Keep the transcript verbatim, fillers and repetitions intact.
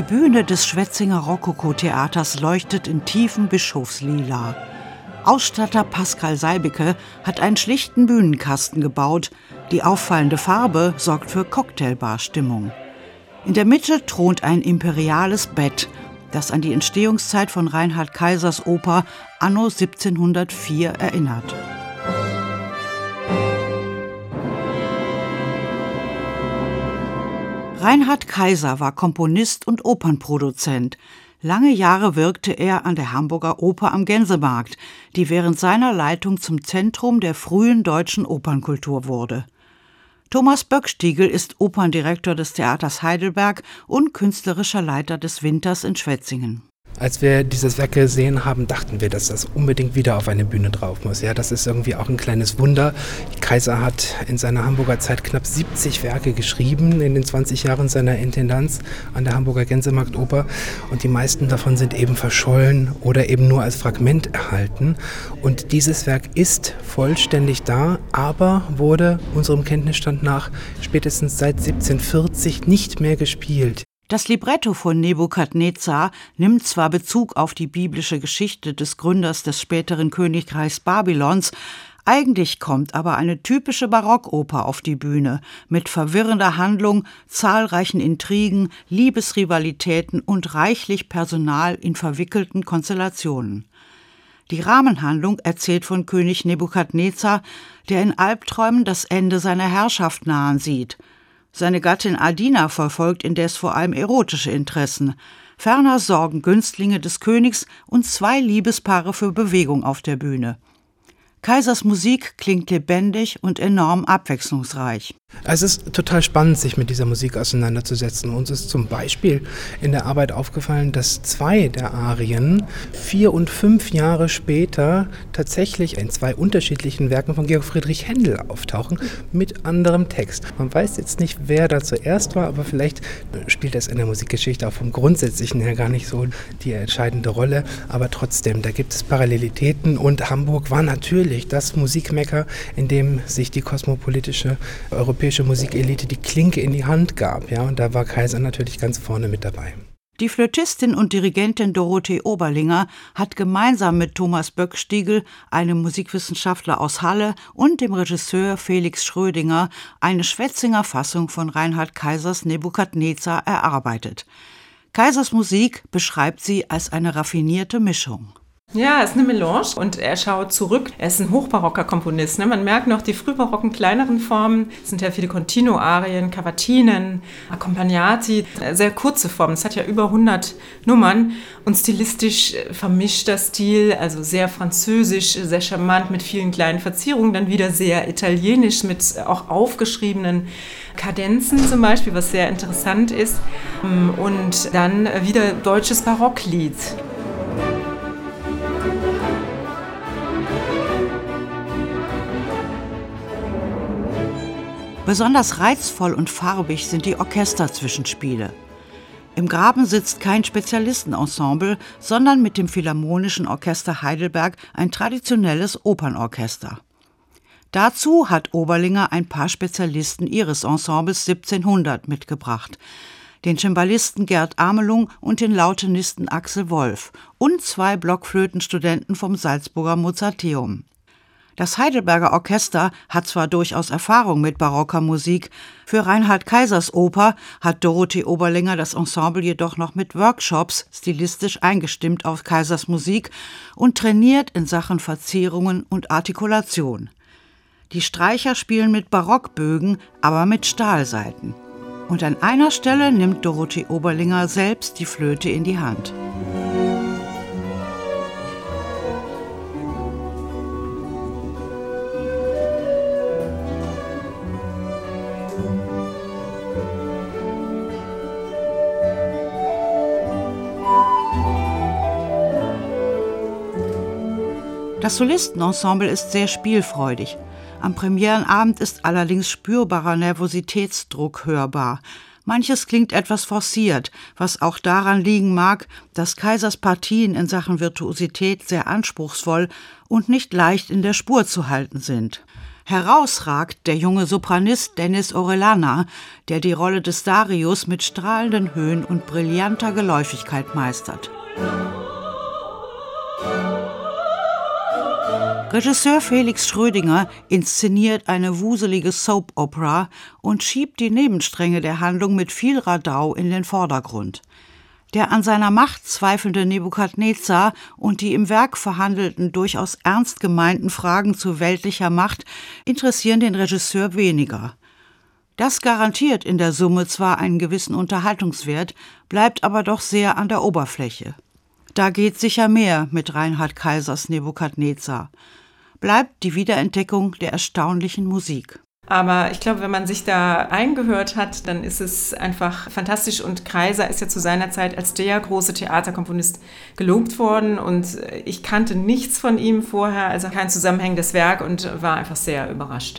Die Bühne des Schwetzinger Rokoko-Theaters leuchtet in tiefem Bischofslila. Ausstatter Pascal Seibicke hat einen schlichten Bühnenkasten gebaut. Die auffallende Farbe sorgt für Cocktailbar-Stimmung. In der Mitte thront ein imperiales Bett, das an die Entstehungszeit von Reinhard Kaisers Oper anno siebzehnhundertvier erinnert. Reinhard Kaiser war Komponist und Opernproduzent. Lange Jahre wirkte er an der Hamburger Oper am Gänsemarkt, die während seiner Leitung zum Zentrum der frühen deutschen Opernkultur wurde. Thomas Böckstiegel ist Operndirektor des Theaters Heidelberg und künstlerischer Leiter des Winters in Schwetzingen. Als wir dieses Werk gesehen haben, dachten wir, dass das unbedingt wieder auf eine Bühne drauf muss. Ja, das ist irgendwie auch ein kleines Wunder. Kaiser hat in seiner Hamburger Zeit knapp siebzig Werke geschrieben, in den zwanzig Jahren seiner Intendanz an der Hamburger Gänsemarktoper. Und die meisten davon sind eben verschollen oder eben nur als Fragment erhalten. Und dieses Werk ist vollständig da, aber wurde unserem Kenntnisstand nach spätestens seit siebzehnhundertvierzig nicht mehr gespielt. Das Libretto von Nebukadnezar nimmt zwar Bezug auf die biblische Geschichte des Gründers des späteren Königreichs Babylons, eigentlich kommt aber eine typische Barockoper auf die Bühne, mit verwirrender Handlung, zahlreichen Intrigen, Liebesrivalitäten und reichlich Personal in verwickelten Konstellationen. Die Rahmenhandlung erzählt von König Nebukadnezar, der in Albträumen das Ende seiner Herrschaft nahen sieht. Seine Gattin Adina verfolgt indes vor allem erotische Interessen. Ferner sorgen Günstlinge des Königs und zwei Liebespaare für Bewegung auf der Bühne. Kaisers Musik klingt lebendig und enorm abwechslungsreich. Es ist total spannend, sich mit dieser Musik auseinanderzusetzen. Uns ist zum Beispiel in der Arbeit aufgefallen, dass zwei der Arien vier und fünf Jahre später tatsächlich in zwei unterschiedlichen Werken von Georg Friedrich Händel auftauchen, mit anderem Text. Man weiß jetzt nicht, wer da zuerst war, aber vielleicht spielt das in der Musikgeschichte auch vom Grundsätzlichen her gar nicht so die entscheidende Rolle. Aber trotzdem, da gibt es Parallelitäten und Hamburg war natürlich das Musikmekka, in dem sich die kosmopolitische europäische Musikelite die Klinke in die Hand gab. Ja, und da war Kaiser natürlich ganz vorne mit dabei. Die Flötistin und Dirigentin Dorothee Oberlinger hat gemeinsam mit Thomas Böckstiegel, einem Musikwissenschaftler aus Halle, und dem Regisseur Felix Schrödinger eine Schwetzinger Fassung von Reinhard Kaisers Nebukadnezar erarbeitet. Kaisers Musik beschreibt sie als eine raffinierte Mischung. Ja, es ist eine Melange und er schaut zurück. Er ist ein hochbarocker Komponist. Ne? Man merkt noch die frühbarocken kleineren Formen. Es sind ja viele Continuo-Arien, Cavatinen, Accompagnati, sehr kurze Formen. Es hat ja über hundert Nummern und stilistisch vermischter Stil, also sehr französisch, sehr charmant mit vielen kleinen Verzierungen, dann wieder sehr italienisch mit auch aufgeschriebenen Kadenzen zum Beispiel, was sehr interessant ist. Und dann wieder deutsches Barocklied. Besonders reizvoll und farbig sind die Orchesterzwischenspiele. Im Graben sitzt kein Spezialistenensemble, sondern mit dem Philharmonischen Orchester Heidelberg ein traditionelles Opernorchester. Dazu hat Oberlinger ein paar Spezialisten ihres Ensembles siebzehnhundert mitgebracht. Den Cembalisten Gerd Amelung und den Lautenisten Axel Wolf und zwei Blockflötenstudenten vom Salzburger Mozarteum. Das Heidelberger Orchester hat zwar durchaus Erfahrung mit barocker Musik, für Reinhard Kaisers Oper hat Dorothee Oberlinger das Ensemble jedoch noch mit Workshops stilistisch eingestimmt auf Kaisers Musik und trainiert in Sachen Verzierungen und Artikulation. Die Streicher spielen mit Barockbögen, aber mit Stahlsaiten. Und an einer Stelle nimmt Dorothee Oberlinger selbst die Flöte in die Hand. Das Solistenensemble ist sehr spielfreudig. Am Premierenabend ist allerdings spürbarer Nervositätsdruck hörbar. Manches klingt etwas forciert, was auch daran liegen mag, dass Kaisers Partien in Sachen Virtuosität sehr anspruchsvoll und nicht leicht in der Spur zu halten sind. Herausragt der junge Sopranist Denis Orellana, der die Rolle des Darius mit strahlenden Höhen und brillanter Geläufigkeit meistert. Regisseur Felix Schrödinger inszeniert eine wuselige Soap-Opera und schiebt die Nebenstränge der Handlung mit viel Radau in den Vordergrund. Der an seiner Macht zweifelnde Nebukadnezar und die im Werk verhandelten, durchaus ernst gemeinten Fragen zu weltlicher Macht interessieren den Regisseur weniger. Das garantiert in der Summe zwar einen gewissen Unterhaltungswert, bleibt aber doch sehr an der Oberfläche. Da geht sicher mehr mit Reinhard Kaisers Nebukadnezar. Bleibt die Wiederentdeckung der erstaunlichen Musik. Aber ich glaube, wenn man sich da eingehört hat, dann ist es einfach fantastisch. Und Kaiser ist ja zu seiner Zeit als der große Theaterkomponist gelobt worden. Und ich kannte nichts von ihm vorher, also kein zusammenhängendes Werk und war einfach sehr überrascht.